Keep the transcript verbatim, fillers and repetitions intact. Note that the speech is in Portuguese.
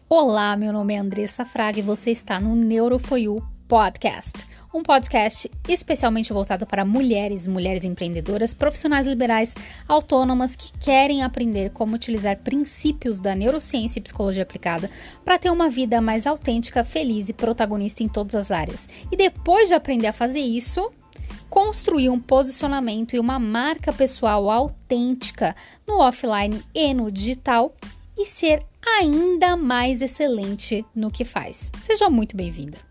Olá, meu nome é Andressa Fraga e você está no Neuro For You Podcast, um podcast especialmente voltado para mulheres, mulheres empreendedoras, profissionais liberais, autônomas que querem aprender como utilizar princípios da neurociência e psicologia aplicada para ter uma vida mais autêntica, feliz e protagonista em todas as áreas. E depois de aprender a fazer isso, construir um posicionamento e uma marca pessoal autêntica no offline e no digital e ser ainda mais excelente no que faz. Seja muito bem-vinda!